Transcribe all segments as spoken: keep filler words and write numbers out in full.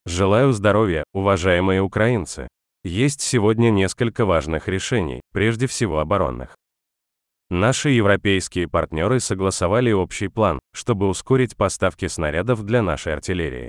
Желаю здоровья, уважаемые украинцы. Есть сегодня несколько важных решений, прежде всего оборонных. Наши европейские партнеры согласовали общий план, чтобы ускорить поставки снарядов для нашей артиллерии.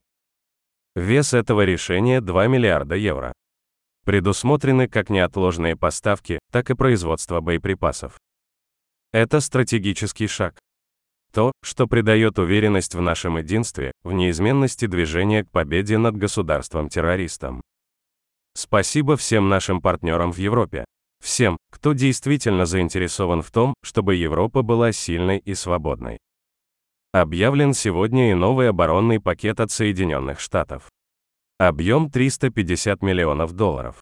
Вес этого решения два миллиарда евро. Предусмотрены как неотложные поставки, так и производство боеприпасов. Это стратегический шаг. То, что придает уверенность в нашем единстве, в неизменности движения к победе над государством-террористом. Спасибо всем нашим партнерам в Европе. Всем, кто действительно заинтересован в том, чтобы Европа была сильной и свободной. Объявлен сегодня и новый оборонный пакет от Соединенных Штатов. Объем триста пятьдесят миллионов долларов.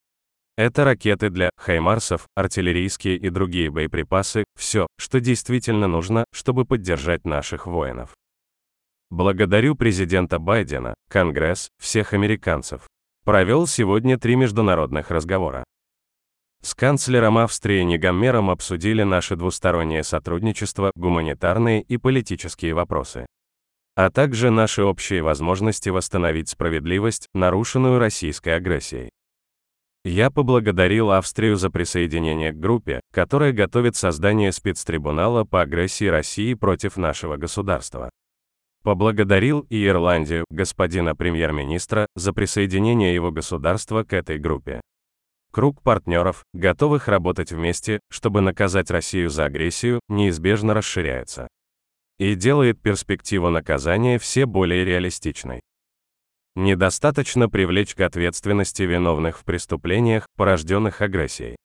Это ракеты для хаймарсов, артиллерийские и другие боеприпасы, все, что действительно нужно, чтобы поддержать наших воинов. Благодарю президента Байдена, Конгресс, всех американцев. Провел сегодня три международных разговора. С канцлером Австрии Нигаммером обсудили наше двустороннее сотрудничество, гуманитарные и политические вопросы, а также наши общие возможности восстановить справедливость, нарушенную российской агрессией. Я поблагодарил Австрию за присоединение к группе, которая готовит создание спецтрибунала по агрессии России против нашего государства. Поблагодарил и Ирландию, господина премьер-министра, за присоединение его государства к этой группе. Круг партнеров, готовых работать вместе, чтобы наказать Россию за агрессию, неизбежно расширяется. И делает перспективу наказания все более реалистичной. Недостаточно привлечь к ответственности виновных в преступлениях, порожденных агрессией.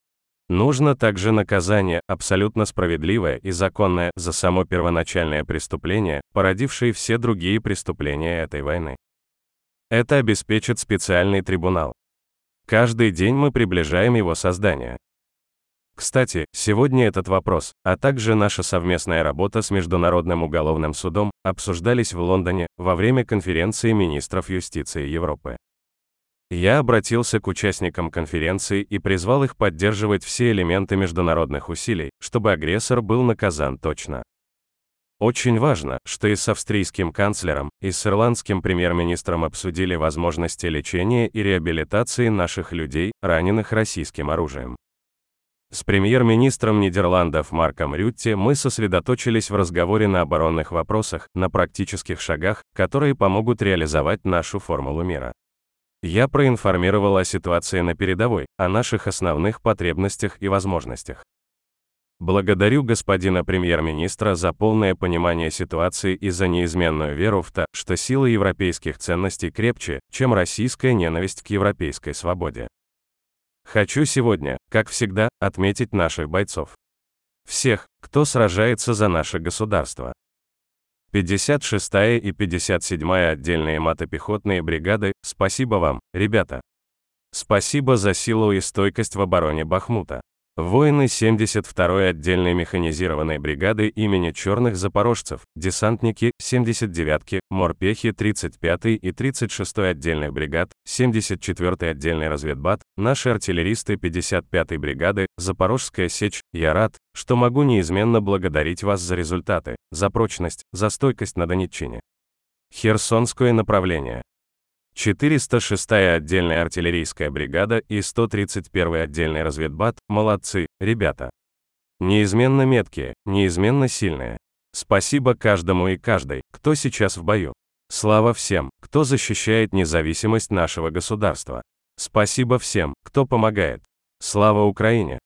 Нужно также наказание, абсолютно справедливое и законное, за само первоначальное преступление, породившее все другие преступления этой войны. Это обеспечит специальный трибунал. Каждый день мы приближаем его создание. Кстати, сегодня этот вопрос, а также наша совместная работа с Международным уголовным судом, обсуждались в Лондоне, во время конференции министров юстиции Европы. Я обратился к участникам конференции и призвал их поддерживать все элементы международных усилий, чтобы агрессор был наказан точно. Очень важно, что и с австрийским канцлером, и с ирландским премьер-министром обсудили возможности лечения и реабилитации наших людей, раненых российским оружием. С премьер-министром Нидерландов Марком Рютте мы сосредоточились в разговоре на оборонных вопросах, на практических шагах, которые помогут реализовать нашу формулу мира. Я проинформировал о ситуации на передовой, о наших основных потребностях и возможностях. Благодарю господина премьер-министра за полное понимание ситуации и за неизменную веру в то, что сила европейских ценностей крепче, чем российская ненависть к европейской свободе. Хочу сегодня, как всегда, отметить наших бойцов. Всех, кто сражается за наше государство. пятьдесят шестая и пятьдесят седьмая отдельные мотопехотные бригады, спасибо вам, ребята. Спасибо за силу и стойкость в обороне Бахмута. Воины семьдесят второй отдельной механизированной бригады имени Черных Запорожцев, десантники, семьдесят девятки, морпехи тридцать пятой и тридцать шестой отдельных бригад, семьдесят четвёртый отдельный разведбат, наши артиллеристы пятьдесят пятой бригады, Запорожская сечь, я рад, что могу неизменно благодарить вас за результаты, за прочность, за стойкость на Донеччине. Херсонское направление. четыреста шестая отдельная артиллерийская бригада и сто тридцать первый отдельный разведбат, молодцы, ребята. Неизменно меткие, неизменно сильные. Спасибо каждому и каждой, кто сейчас в бою. Слава всем, кто защищает независимость нашего государства. Спасибо всем, кто помогает. Слава Украине!